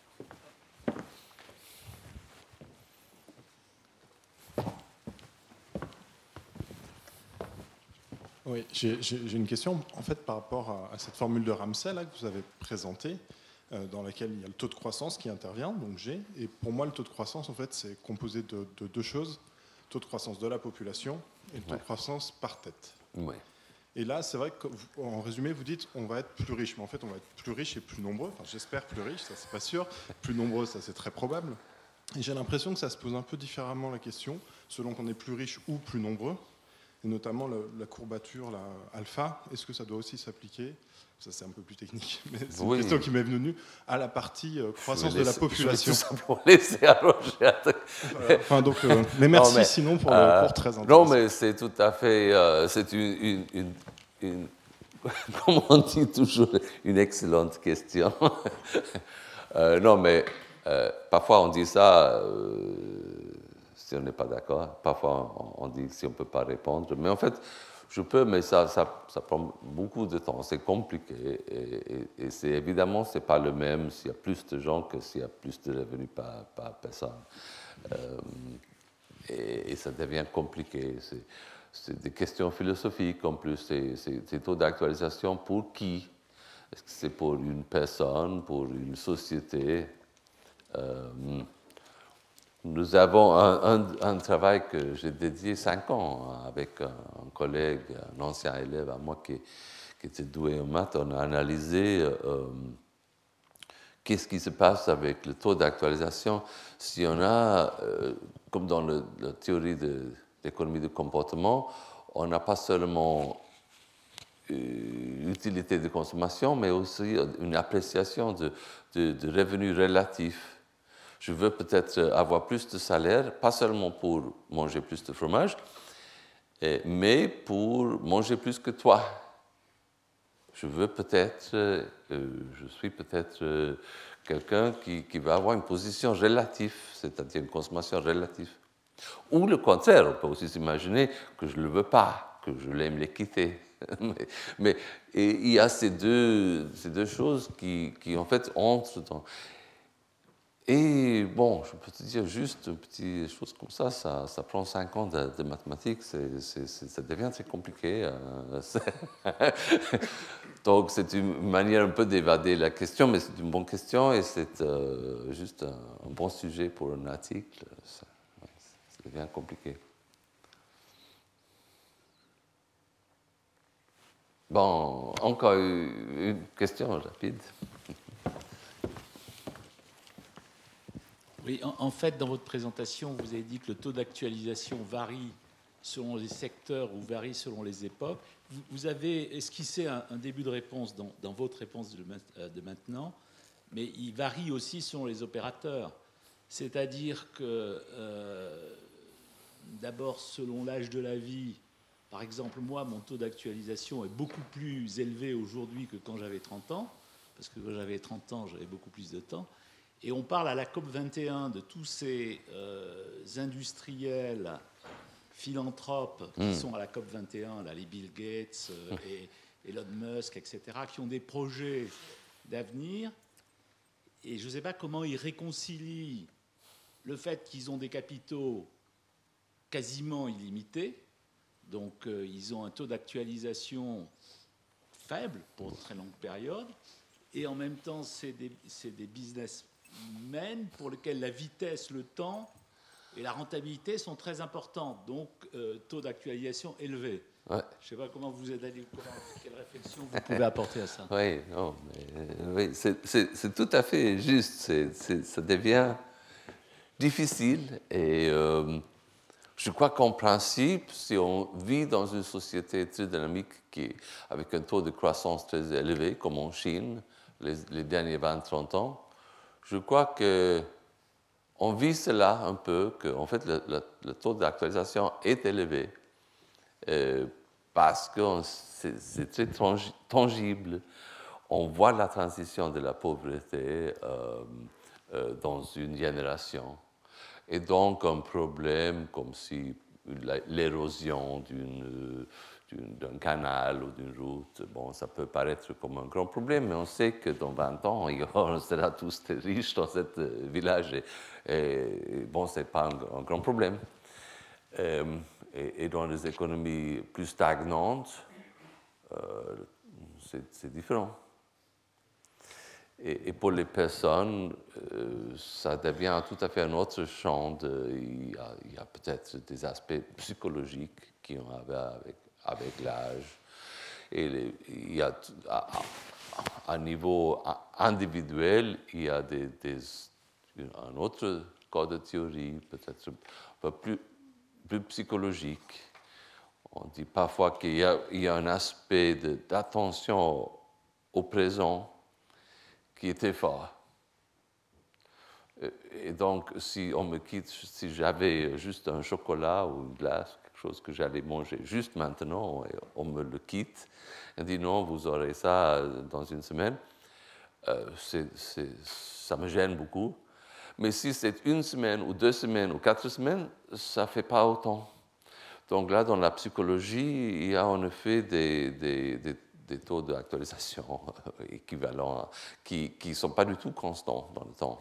Oui, j'ai, j'ai, j'ai une question en fait par rapport à, à cette formule de Ramsey là, que vous avez présentée, euh, dans laquelle il y a le taux de croissance qui intervient, donc G. Et pour moi, le taux de croissance, en fait, c'est composé de, de deux choses, le taux de croissance de la population et le taux Ouais. de croissance par tête. Ouais. Et là, c'est vrai qu'en résumé, vous dites on va être plus riche, mais en fait, on va être plus riche et plus nombreux. Enfin, j'espère plus riche, ça c'est pas sûr. Plus nombreux, ça c'est très probable. Et j'ai l'impression que ça se pose un peu différemment la question, selon qu'on est plus riche ou plus nombreux. Et notamment le, la courbature, la alpha, est-ce que ça doit aussi s'appliquer, ça c'est un peu plus technique, mais c'est Oui. une question qui m'est venue, à la partie euh, croissance laisser, de la population. Je vais tout simplement laisser à Roger. Voilà. Enfin, donc, euh, mais merci non, mais, sinon pour euh, le cours très intéressant. Non, mais c'est tout à fait, euh, c'est une, une, une, une comme on dit toujours, une excellente question. euh, non, mais euh, parfois on dit ça... Euh, si on n'est pas d'accord. Parfois, on dit si on ne peut pas répondre. Mais en fait, je peux, mais ça, ça, ça prend beaucoup de temps. C'est compliqué. Et, et, et c'est, évidemment, ce n'est pas le même s'il y a plus de gens que s'il y a plus de revenus par, par personne. Euh, et, et ça devient compliqué. C'est, c'est des questions philosophiques en plus. C'est, c'est, c'est taux d'actualisation pour qui? Est-ce que c'est pour une personne, pour une société? euh, Nous avons un, un, un travail que j'ai dédié cinq ans avec un, un collègue, un ancien élève à moi qui, qui était doué en maths. On a analysé euh, qu'est-ce qui se passe avec le taux d'actualisation si on a, euh, comme dans le, la théorie de l'économie de comportement, on n'a pas seulement l'utilité de consommation, mais aussi une appréciation de, de, de revenus relatifs. Je veux peut-être avoir plus de salaire, pas seulement pour manger plus de fromage, mais pour manger plus que toi. Je veux peut-être, euh, je suis peut-être euh, quelqu'un qui, qui va avoir une position relative, c'est-à-dire une consommation relative. Ou le contraire, on peut aussi s'imaginer que je ne le veux pas, que je l'aime l'équité. mais, mais et il y a ces deux, ces deux choses qui, qui, en fait, entrent dans... Et bon, je peux te dire juste une petite chose comme ça, ça, ça prend cinq ans de, de mathématiques, c'est, c'est, c'est, ça devient très compliqué. Euh, Donc c'est une manière un peu d'évader la question, mais c'est une bonne question et c'est euh, juste un, un bon sujet pour un article. Ça, ça devient compliqué. Bon, encore une question rapide. Oui, en, en fait, dans votre présentation, vous avez dit que le taux d'actualisation varie selon les secteurs ou varie selon les époques. Vous, vous avez esquissé un, un début de réponse dans, dans votre réponse de, de maintenant, mais il varie aussi selon les opérateurs. C'est-à-dire que, euh, d'abord, selon l'âge de la vie, par exemple, moi, mon taux d'actualisation est beaucoup plus élevé aujourd'hui que quand j'avais trente ans, parce que quand j'avais trente ans, j'avais beaucoup plus de temps. Et on parle à la COP vingt et un de tous ces euh, industriels, philanthropes qui mmh. sont à la COP vingt et un, là, les Bill Gates euh, et Elon Musk, et cetera, qui ont des projets d'avenir. Et je ne sais pas comment ils réconcilient le fait qu'ils ont des capitaux quasiment illimités, donc euh, ils ont un taux d'actualisation faible pour une très longue période, et en même temps, c'est des, c'est des business pour lesquels la vitesse, le temps et la rentabilité sont très importantes, donc euh, taux d'actualisation élevé. Ouais. Je ne sais pas comment vous êtes allé, comment, quelle réflexion vous pouvez apporter à ça. Oui, non, mais, oui c'est, c'est, c'est tout à fait juste. C'est, c'est, ça devient difficile et euh, je crois qu'en principe, si on vit dans une société très dynamique qui, avec un taux de croissance très élevé, comme en Chine, les, les derniers vingt à trente ans, je crois qu'on vit cela un peu, qu'en fait le, le, le taux d'actualisation est élevé euh, parce que c'est, c'est très tangible. On voit la transition de la pauvreté euh, euh, dans une génération. Et donc un problème comme si la, l'érosion d'une, d'un canal ou d'une route, bon, ça peut paraître comme un grand problème, mais on sait que dans vingt ans, on sera tous très riches dans ce village. Et, et bon, ce n'est pas un, un grand problème. Euh, et, et dans les économies plus stagnantes, euh, c'est différent. Et, et pour les personnes, euh, ça devient tout à fait un autre champ. De, il y a, a peut-être des aspects psychologiques qui ont à voir avec, avec l'âge. Et les, il y a, à, à niveau individuel, il y a des, des, un autre cas de théorie, peut-être un peu plus, plus psychologique. On dit parfois qu'il y a, il y a un aspect d'attention au présent qui était fort. Et donc, si on me quitte, si j'avais juste un chocolat ou une glace, quelque chose que j'allais manger juste maintenant, et on me le quitte, et dit non, vous aurez ça dans une semaine, euh, c'est, c'est, ça me gêne beaucoup. Mais si c'est une semaine ou deux semaines ou quatre semaines, ça ne fait pas autant. Donc là, dans la psychologie, il y a en effet des, des, des des taux d'actualisation équivalents qui ne sont pas du tout constants dans le temps.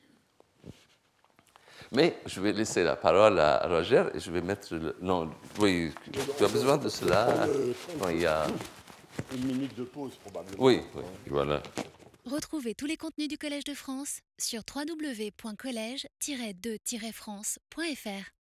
Mais je vais laisser la parole à Roger et je vais mettre... Le... Non, oui, tu as besoin de cela. Non, il y a... Une minute de pause, probablement. Oui, oui, voilà. Retrouvez tous les contenus du Collège de France sur w w w point collège tiret de tiret france point f r.